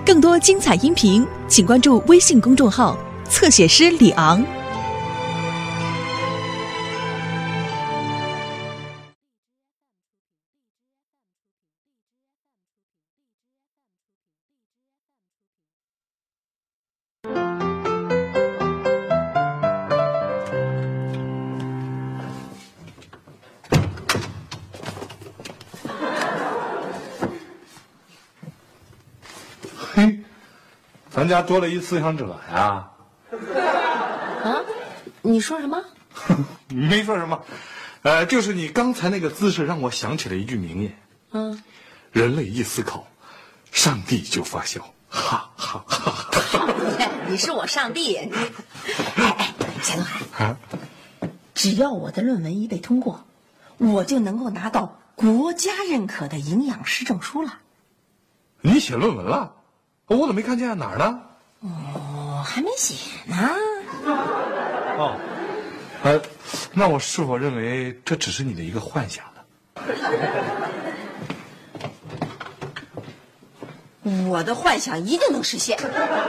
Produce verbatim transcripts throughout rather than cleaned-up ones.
更多精彩音频，请关注微信公众号“侧写师李昂”。 嘿，咱家多了一思想者呀！ 啊？你说什么？ 没说什么，呃，就是你刚才那个姿势让我想起了一句名言。 嗯， 人类一思考，上帝就发笑，哈哈哈哈！ 你是我上帝，你哎哎，夏东海， 啊， 只要我的论文一被通过，我就能够拿到国家认可的营养师证书了。 你写论文了？我怎么没看见？哪儿呢？ 哦，还没写呢。 哦，呃，那我是否认为这只是你的一个幻想呢？ 我的幻想一定能实现。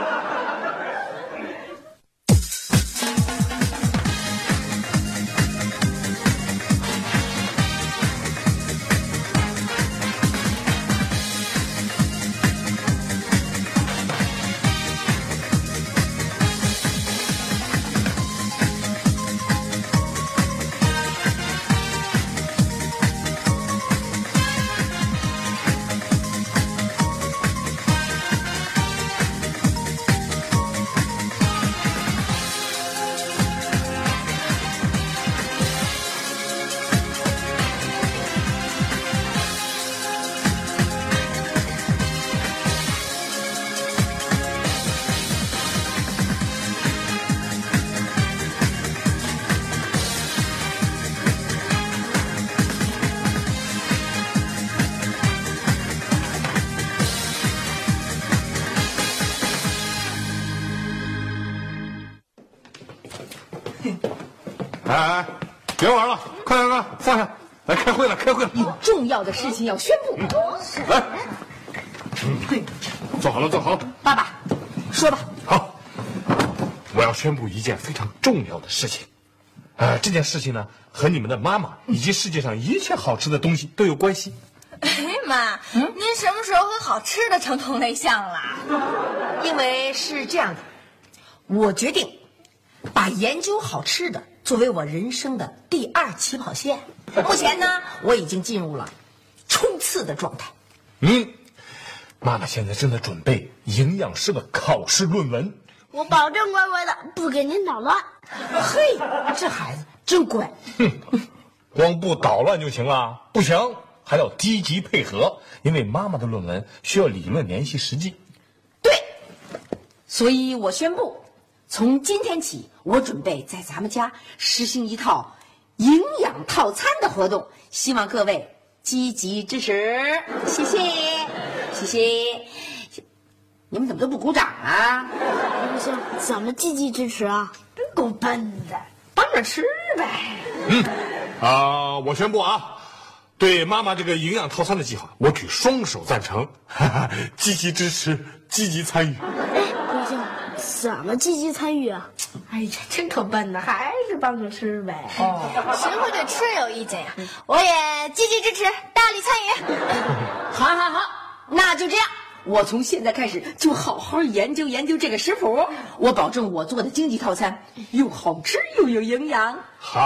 哎哎，别玩了，快快快，放下，来开会了，开会了。 有重要的事情要宣布。 来，嗯，坐好了，坐好了。 爸爸，说吧。 好，我要宣布一件非常重要的事情。呃，这件事情呢，和你们的妈妈以及世界上一切好吃的东西都有关系。 哎妈，嗯、您什么时候和好吃的成同类项了？ 因为是这样的，我决定把研究好吃的作为我人生的第二起跑线。目前呢，我已经进入了冲刺的状态。 嗯，妈妈现在正在准备营养师的考试论文。 我保证乖乖的，不给您捣乱。 嘿，这孩子真乖。 哼，光不捣乱就行了，不行还要积极配合，因为妈妈的论文需要理论联系实际。 对，所以我宣布，从今天起，我准备在咱们家实行一套营养套餐的活动，希望各位积极支持。谢谢，谢谢。你们怎么都不鼓掌啊？ 不行，怎么积极支持啊？ 真够笨的，帮着吃呗。 嗯，啊、呃，我宣布啊，对妈妈这个营养套餐的计划，我举双手赞成，哈哈，积极支持，积极参与。 不行，怎么积极参与啊？ 哎呀，真够笨的，还是帮着吃呗。 哦，谁会对吃有意见呀？我也积极支持，大力参与。 好，好，好，那就这样。我从现在开始就好好研究研究这个食谱，我保证我做的经济套餐又好吃又有营养。 好，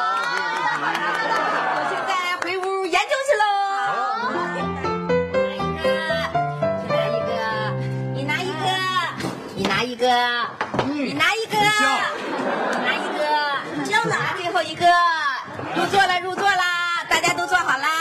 我现在回屋研究去喽。拿一个，你拿一个，你拿一个，你拿一个，拿一个，交拿最后一个，入座了，入座啦，大家都坐好啦。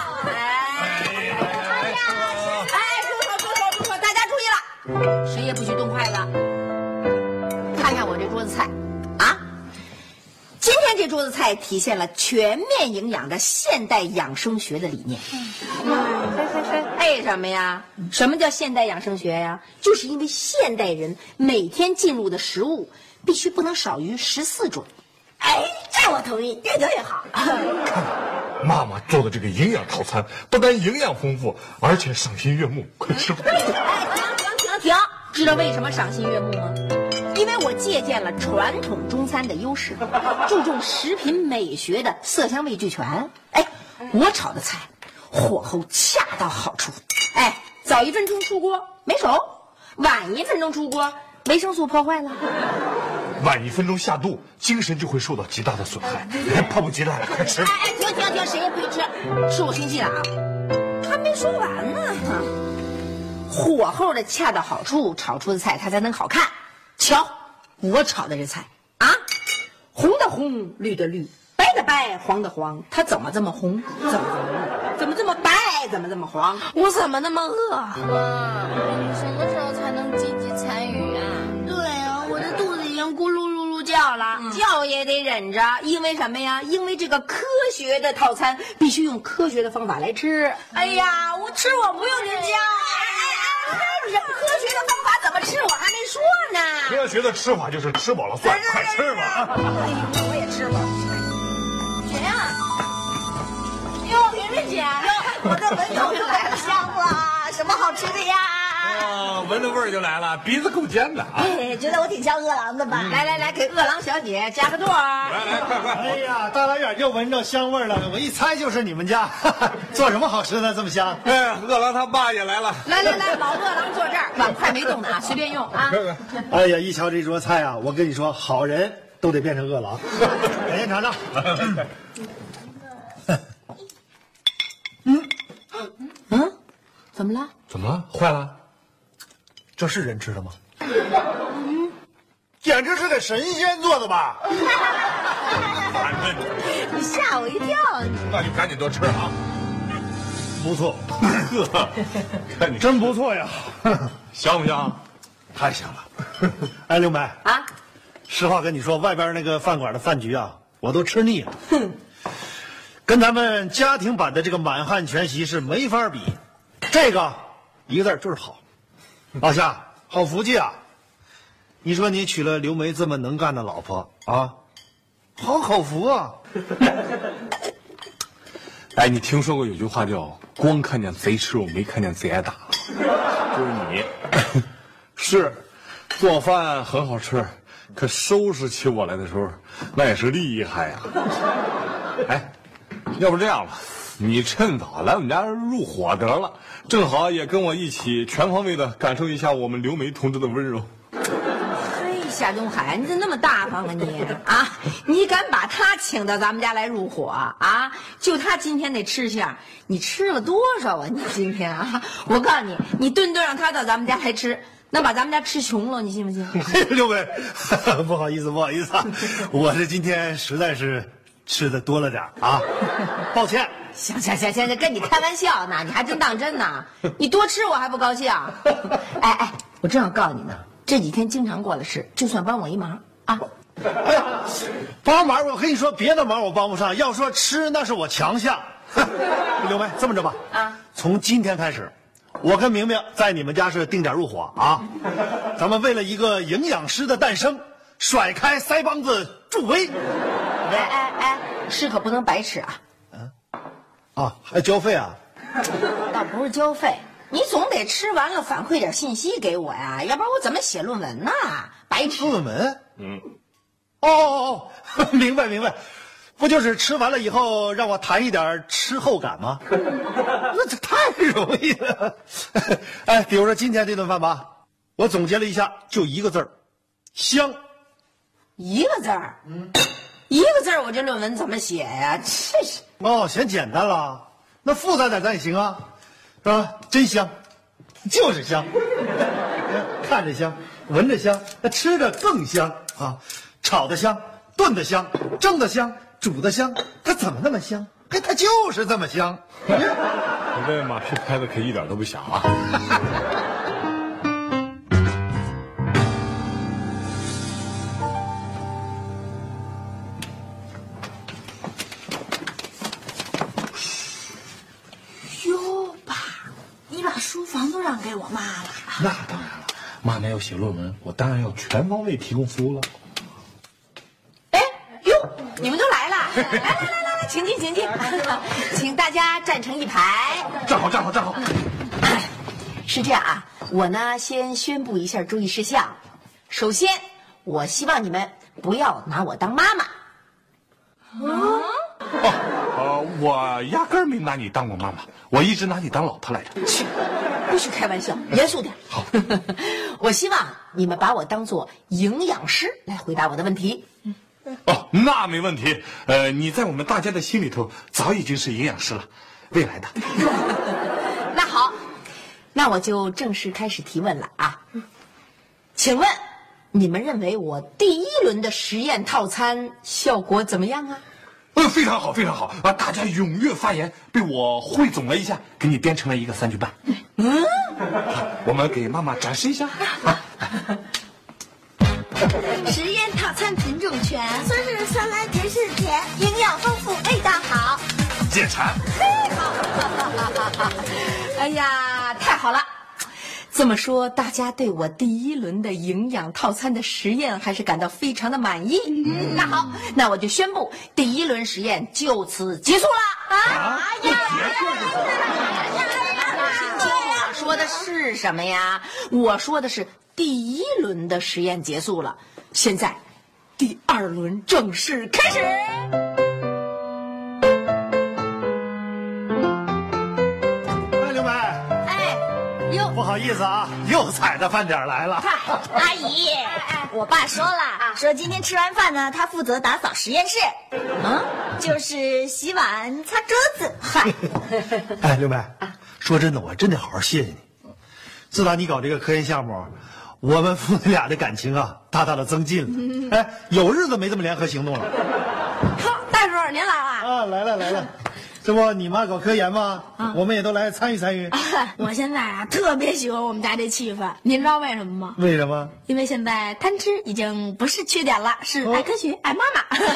谁也不许动筷子！看看我这桌子菜，啊，今天这桌子菜体现了全面营养的现代养生学的理念。为什么呀？什么叫现代养生学呀？就是因为现代人每天进入的食物必须不能少于十四种。哎，这我同意，越多越好。 看，妈妈做的这个营养套餐不但营养丰富，而且赏心悦目，快吃吧。 哎，停停停停！知道为什么赏心悦目吗？因为我借鉴了传统中餐的优势，注重食品美学的色香味俱全。哎，我炒的菜火候恰到好处，哎，早一分钟出锅没熟，晚一分钟出锅维生素破坏了。 晚一分钟下肚，精神就会受到极大的损害。迫不及待了，快吃！ 哎哎，停停停，谁也不许吃，是我生气了啊！还没说完呢。火候的恰到好处，炒出的菜它才能好看。瞧，我炒的这菜啊，红的红，绿的绿，白的白，黄的黄，它怎么这么红？怎么这么绿？怎么这么白？怎么这么黄？我怎么那么饿？ 妈，你什么时候才能积极参与啊？ 对啊，我的肚子已经咕噜噜噜叫了。 嗯、叫也得忍着，因为什么呀？因为这个科学的套餐必须用科学的方法来吃。哎呀，我吃我不用您教。科学的方法怎么吃？我还没说呢。 科学的吃法就是吃饱了算，快吃吧！ 哎呦，我也吃吧。 谁呀？ 哟，萍萍姐，哟，我的闻头就来了，香了，什么好吃的呀？ 啊，闻着味儿就来了，鼻子够尖的啊！ 哎，觉得我挺像饿狼的吧？ 嗯、来来来，给饿狼小姐加个座。 来来，快快！ 哎呀，大老远就闻着香味了，我一猜就是你们家，做什么好吃的这么香？ 哎，饿狼他爸也来了。 来来来，老饿狼坐这儿，碗筷没动的啊，随便用啊。 哎呀，一瞧这桌菜啊，我跟你说，好人都得变成饿狼。赶紧尝尝。 嗯嗯，怎么了？ 怎么了？坏了？ 这是人吃的吗？嗯，简直是给神仙做的吧！ 你吓我一跳！ 那就赶紧多吃啊！ 不错， 看你真不错呀！ 香不香？ 太香了！哎，刘梅啊， 实话跟你说，外边那个饭馆的饭局啊，我都吃腻了。哼，跟咱们家庭版的这个满汉全席是没法比。这个一个字就是好。老夏，好福气啊！你说你娶了刘梅这么能干的老婆啊，好口福啊！ 哎，你听说过有句话叫“光看见贼吃肉，没看见贼挨打”吗？就是你，是做饭很好吃，可收拾起我来的时候，那也是厉害呀。哎，要不这样吧，你趁早来我们家入伙得了，正好也跟我一起全方位的感受一下我们刘梅同志的温柔。 嘿，夏东海，你怎么那么大方啊你啊！你敢把他请到咱们家来入伙啊？就他今天那吃相，你吃了多少啊？你今天啊，我告诉你，你顿顿让他到咱们家来吃，能把咱们家吃穷了，你信不信？ 刘梅，不好意思，不好意思啊，我这今天实在是吃的多了点啊，抱歉。 行行行行，跟你开玩笑呢，你还真当真呢？你多吃我还不高兴？哎哎，我正要告诉你呢，这几天经常过来吃，就算帮我一忙啊。 哎呀，帮忙我跟你说，别的忙我帮不上，要说吃那是我强项。刘梅，这么着吧，啊，从今天开始，我跟明明在你们家是定点入伙啊，咱们为了一个营养师的诞生，甩开腮帮子助威。 哎哎哎，吃可不能白吃啊！ 啊，还交费啊？ 倒不是交费，你总得吃完了反馈点信息给我呀，要不然我怎么写论文呢？白吃。 论文？嗯。哦哦哦，明白明白，不就是吃完了以后让我谈一点吃后感吗？那这太容易了。哎，比如说今天这顿饭吧，我总结了一下，就一个字儿，香。 一个字儿？嗯。一个字儿，我这论文怎么写呀？这是哦，嫌简单了，那复杂点咱也行啊，是吧？真香，就是香，看着香，闻着香，那吃着更香啊！炒的香，炖的香，蒸的香，煮的香，它怎么那么香？哎，它就是这么香。 你这马屁拍的可一点都不响啊！ 书房都让给我妈了。 那当然了，妈妈要写论文，我当然要全方位提供服务了。 哎哟，你们都来了，来来来来来，请进请进，请大家站成一排。 站好站好站好。 是这样啊， 我呢先宣布一下注意事项。首先，我希望你们不要拿我当妈妈。 哦，呃，我压根儿没拿你当过妈妈，我一直拿你当老婆来着。 去，不是开玩笑，严肃点。 好， 我希望你们把我当做营养师来回答我的问题。 哦，那没问题。呃，你在我们大家的心里头早已经是营养师了，未来的。 那好，那我就正式开始提问了啊。请问，你们认为我第一轮的实验套餐效果怎么样啊？ 呃，非常好，非常好啊！大家踊跃发言，被我汇总了一下，给你编成了一个三句半。嗯，我们给妈妈展示一下。啊实验套餐品种全，酸是酸辣，甜是甜，营养丰富，味道好。 解馋。 哎呀，太好了！这么说，大家对我第一轮的营养套餐的实验还是感到非常的满意。嗯，那好，那我就宣布第一轮实验就此结束了。啊呀！我说的是什么呀？我说的是第一轮的实验结束了，现在第二轮正式开始。 哎，刘梅， 哎，哟， 不好意思啊，又踩着饭点来了。 阿姨，哎，我爸说了，说今天吃完饭呢，他负责打扫实验室，嗯，就是洗碗、擦桌子。嗨， 哎，刘梅，说真的，我真得好好谢谢你。自打你搞这个科研项目，我们父子俩的感情啊，大大的增进了。哎，有日子没这么联合行动了。 好，大叔您来了。 啊，来了来了，这不你妈搞科研吗？啊、我们也都来参与参与。 我现在啊特别喜欢我们家这气氛，您知道为什么吗？ 为什么？ 因为现在贪吃已经不是缺点了，是爱科学、哦、爱妈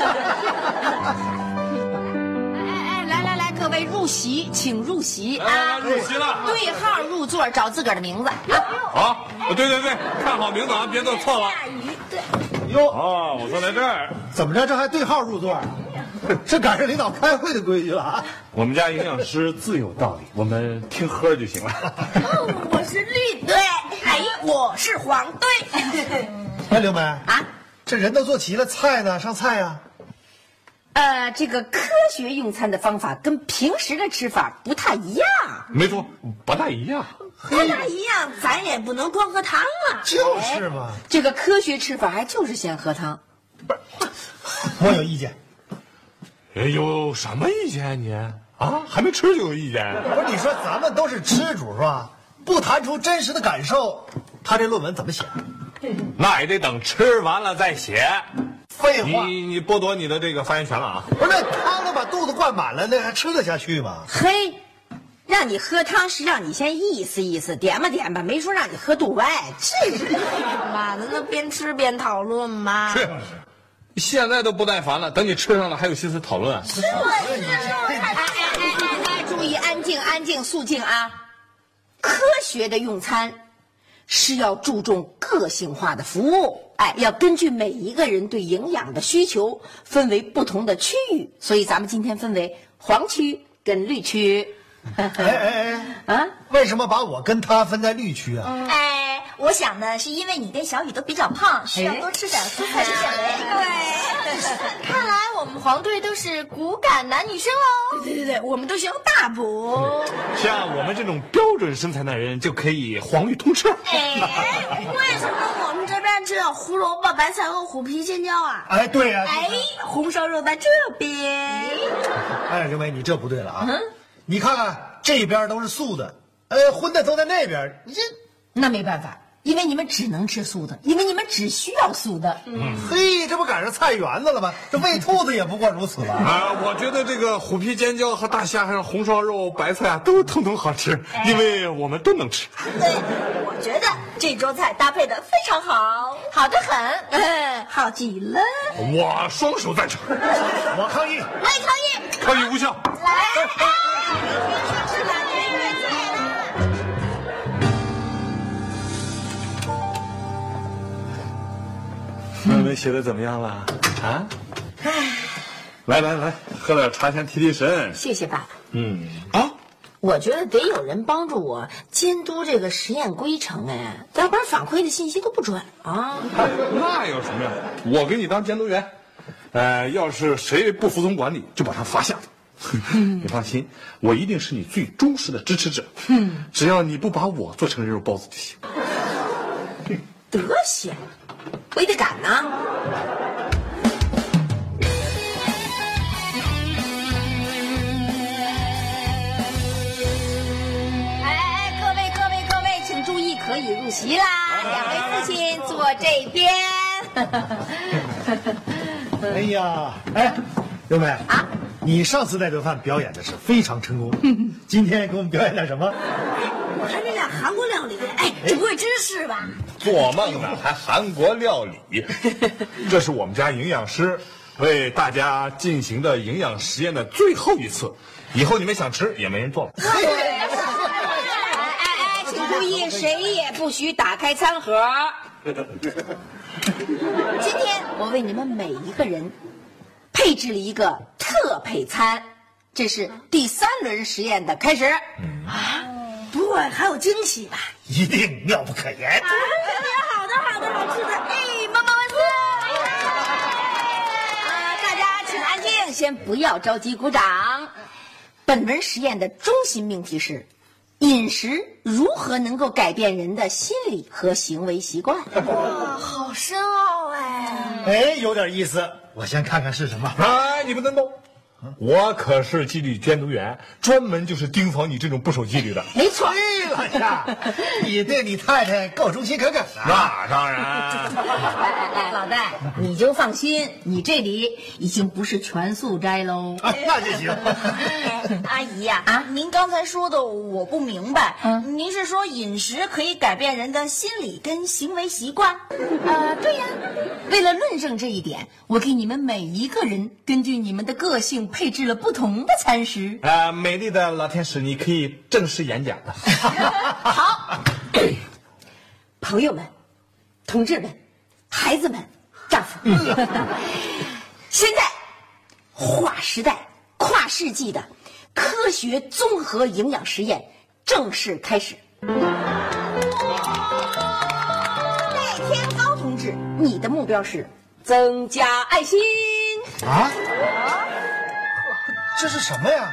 妈。 来来来，各位入席，请入席啊！ 入席了， 对号入座，找自个儿的名字。 好，对对对，看好名字啊，别弄错了。 对。 哟， 哦，我坐在这儿， 怎么着？这还对号入座？这赶上领导开会的规矩了啊！ 我们家营养师自有道理，我们听喝就行了。 我是绿队，哎，我是黄队。 哎，刘梅啊，这人都坐齐了，菜呢？上菜呀、 啊？呃，这个科学用餐的方法跟平时的吃法不太一样。 没错，不太一样。 不太一样，咱也不能光喝汤啊。 就是嘛， 这个科学吃法还就是先喝汤。 不是，我有意见。 有什么意见你啊？还没吃就有意见？ 不是，你说咱们都是吃主是吧？不谈出真实的感受，他这论文怎么写？ 那也得等吃完了再写。 废话， 你你剥夺你的这个发言权了啊！ 不是，那汤都把肚子灌满了，那还吃得下去吗？ 嘿，让你喝汤是让你先意思意思，点吧点吧，没说让你喝肚歪，这是妈的，那边吃边讨论嘛。 是。现在都不耐烦了，等你吃上了还有心思讨论啊？ 是是是！哎哎哎哎哎！注意，安静安静，肃静啊！科学的用餐是要注重个性化的服务，哎，要根据每一个人对营养的需求，分为不同的区域。所以咱们今天分为黄区跟绿区。 哎哎哎！啊，为什么把我跟他分在绿区啊？ 哎，我想呢，是因为你跟小雨都比较胖，需要多吃点蔬菜去减肥。 对，看来我们黄队都是骨感男女生哦。对对对，我们都需要大补。 像我们这种标准身材的人就可以黄绿通吃。 哎，为什么我们这边只有胡萝卜、白菜和虎皮尖椒啊？ 哎，对呀、啊。 哎，红烧肉在这边。 哎，刘梅，你这不对了啊！嗯、你看看这边都是素的，呃，荤的都在那边，你这那没办法。因为你们只能吃素的，因为你们只需要素的。 嗯，嘿，这不赶上菜园子了吗？这喂兔子也不过如此了啊！我觉得这个虎皮尖椒和大虾还有红烧肉、白菜啊，都统统好吃，因为我们都能吃。 对，我觉得这桌菜搭配的非常好， 好得很，嗯，好极了。 我双手赞成， 我抗议， 我也抗议， 抗议无效。 来。是吧？ 论文写的怎么样了啊？来来来，喝点茶先提提神。 谢谢爸爸。 嗯啊， 我觉得得有人帮助我监督这个实验规程，哎，要不然反馈的信息都不准啊。 那有什么呀？我给你当监督员，呃，要是谁不服从管理，就把他罚下。你放心，我一定是你最忠实的支持者。嗯，只要你不把我做成人肉包子就行。 得行，我也得赶呢。可以入席啦！两位父亲坐这边。 哎呀，哎，刘梅啊，你上次那顿饭表演的是非常成功，今天给我们表演点什么？ 我看这俩韩国料理，哎，这不会真是吧？ 做梦呢，还韩国料理？这是我们家营养师为大家进行的营养实验的最后一次，以后你们想吃也没人做了。 注意，谁也不许打开餐盒。今天我为你们每一个人配置了一个特配餐，这是第三轮实验的开始。 啊，不会还有惊喜吧？ 一定妙不可言。 啊，好的好的，好吃的。哎，妈妈万岁！ 啊，大家请安静，先不要着急鼓掌。本轮实验的中心命题是：饮食如何能够改变人的心理和行为习惯？ 哇，好深奥哎！ 哎，有点意思，我先看看是什么。 哎，你不能动，我可是纪律监督员，专门就是盯防你这种不守纪律的。 没错。 哎，老夏，你对你太太够忠心耿耿的。 那当然。 哎哎哎，老戴，你就放心，你这里已经不是全素斋喽。 啊，那就行。 阿姨呀、啊，啊，您刚才说的我不明白，嗯，您是说饮食可以改变人的心理跟行为习惯？ 呃，对呀。为了论证这一点，我给你们每一个人根据你们的个性配置了不同的餐食。 呃，美丽的老天使，你可以正式演讲了。 好，朋友们、同志们、孩子们、丈夫，现在划时代、跨世纪的科学综合营养实验正式开始。赖天高同志，你的目标是增加爱心啊？这是什么呀？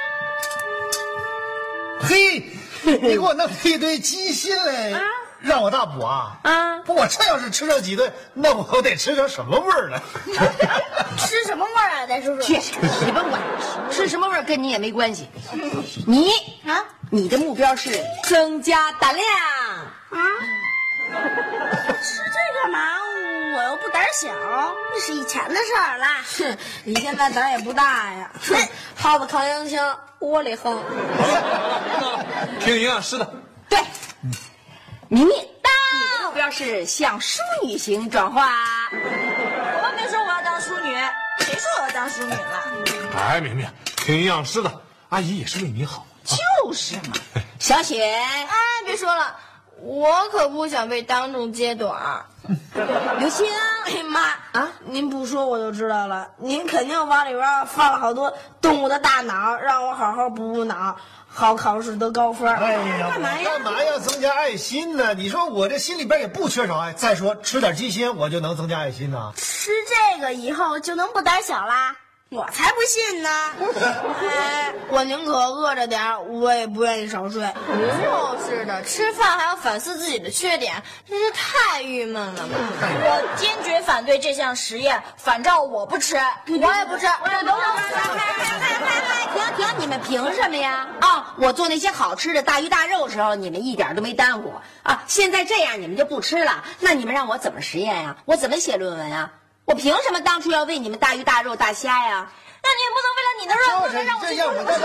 嘿，你给我弄一堆鸡心来，啊、让我大补啊！啊，不，我这要是吃上几顿，那我得吃成什么味儿了？ 吃什么味儿啊？再说说。 去，你甭管吃什么味儿，跟你也没关系。你啊，你的目标是增加胆量啊。 吃这干嘛？我又不胆小，那是以前的事儿了。 哼，你现在胆也不大呀。哼，耗子扛洋枪，窝里横。 听营养师的。 对，明明，你的目标是向淑女型转化。 我又没说我要当淑女，谁说我要当淑女了？ 哎，明明，听营养师的，阿姨也是为你好。 就是嘛。小雪， 哎，别说了。我可不想被当众揭短儿。 刘星， 哎呀妈啊！您不说我就知道了，您肯定往里边放了好多动物的大脑，让我好好补补脑，好考试得高分。 哎呀， 干嘛呀？ 干嘛要增加爱心呢？你说我这心里边也不缺少爱。再说吃点鸡心，我就能增加爱心呢。 吃这个以后就能不胆小啦？我才不信呢！ 哎，我宁可饿着点，我也不愿意少睡。就是的，吃饭还要反思自己的缺点，真是太郁闷了嘛！ 我坚决反对这项实验，反正我不吃，我也不吃。我也不吃。 停停，你们凭什么呀？啊，我做那些好吃的大鱼大肉时候，你们一点都没耽误啊！现在这样，你们就不吃了，那你们让我怎么实验呀？我怎么写论文呀？我凭什么当初要喂你们大鱼大肉大虾呀？ 那你也不能为了你的肉，不能让我这样我在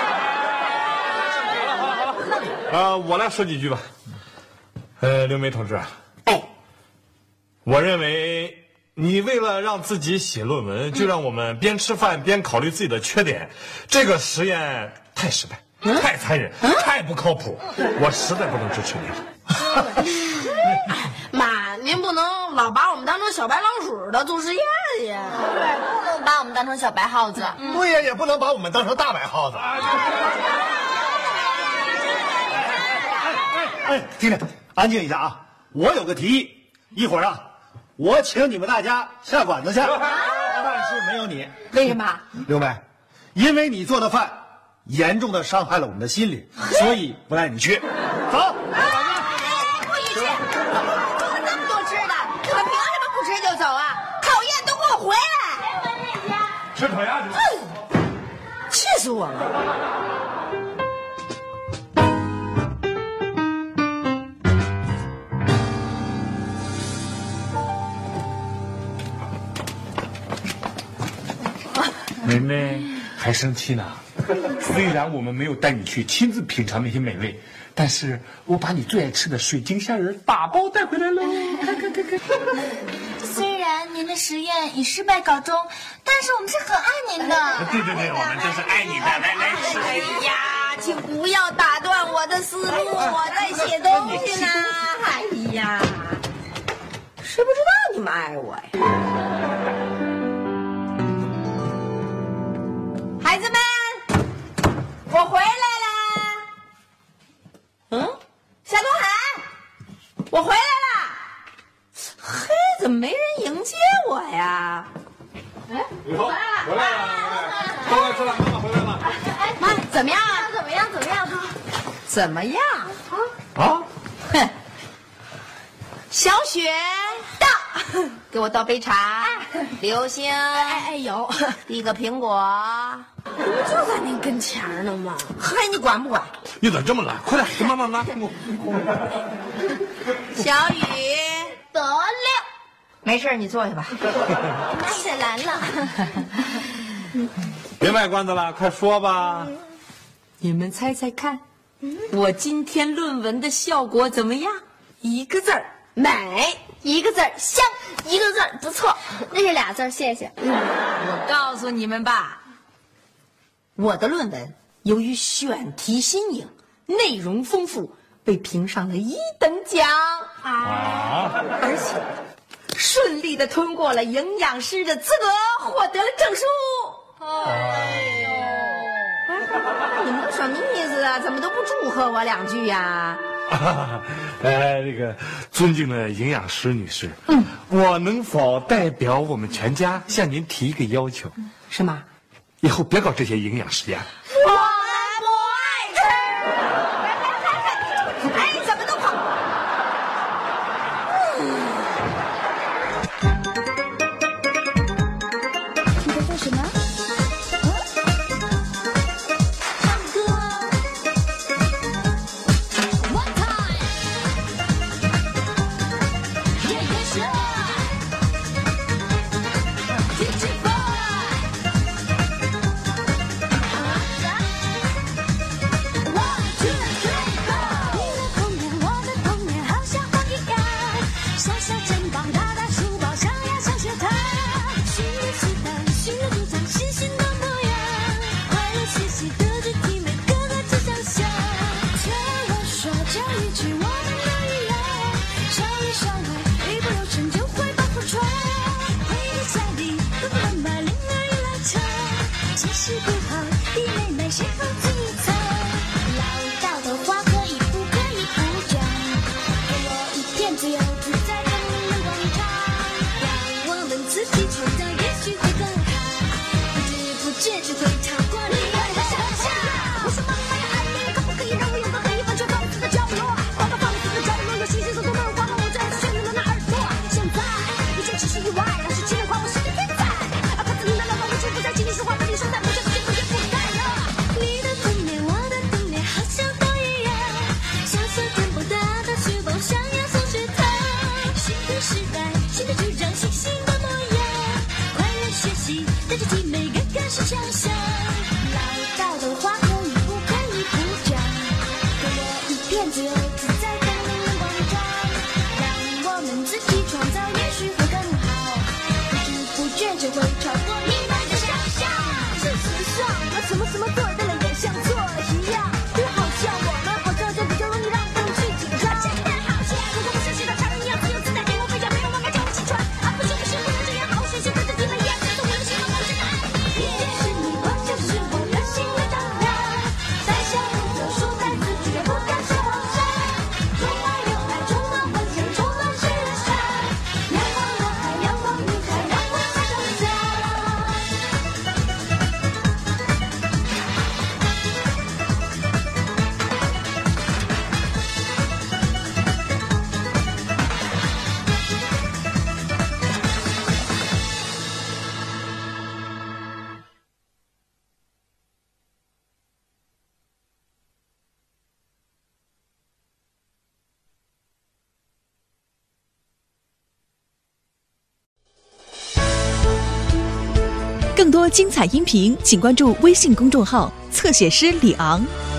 这。呃，我来说几句吧。呃，刘梅同志， 哎， 我认为你为了让自己写论文，就让我们边吃饭边考虑自己的缺点，这个实验太失败、嗯、太残忍、嗯、太不靠谱，我实在不能支持你了。 妈，您不能老把我们当成小白老鼠的做实验呀！ 对，不能把我们当成小白耗子。 对呀，也不能把我们当成大白耗子。 哎，听着，安静一下啊！我有个提议，一会儿啊，我请你们大家下馆子去，但是没有你。 为什么？ 刘梅，因为你做的饭严重的伤害了我们的心灵，所以不带你去。走。 不许去！做了这么多吃的，你们凭什么不吃就走啊？讨厌，都给我回来！ 吃烤鸭去。 气死我了！ 妹妹还生气呢。虽然我们没有带你去亲自品尝那些美味，但是我把你最爱吃的水晶虾仁打包带回来喽。看看看看。 虽然您的实验以失败告终，但是我们是很爱您的。 对对对，我们真是爱你的。来来吃。 哎呀，请不要打断我的思路，我在写东西呢。哎呀，谁不知道你们爱我呀？孩子们，我回来啦！嗯，夏东海，我回来啦！嘿，怎么没人迎接我呀？哎， 回来了，回来了，回来了，妈妈回来了。 妈，怎么样啊？ 怎么样？怎么样？ 怎么样？ 啊？ 哼，小雪到，给我倒杯茶。流星， 哎哎有， 递个苹果。 不就在您跟前呢吗？ 嗨，你管不管？ 你咋这么懒？快点，给妈妈拿苹果。 小雨， 得了， 没事，你坐下吧。 谢兰了。 别卖关子了，快说吧。 你们猜猜看，我今天论文的效果怎么样？一个字儿美， 一个字儿香，一个字儿不错，那是俩字儿谢谢。 我告诉你们吧，我的论文由于选题新颖，内容丰富，被评上了一等奖啊！ 而且顺利的通过了营养师的资格，获得了证书。哎呦，你们都什么意思啊？怎么都不祝贺我两句呀？ 啊，呃，那个尊敬的营养师女士，嗯，我能否代表我们全家向您提一个要求？ 是吗？ 以后别搞这些营养实验。 我们不爱吃。哎，怎么都跑？ 你在做什么？ 更多精彩音频，请关注微信公众号“侧写师李昂”。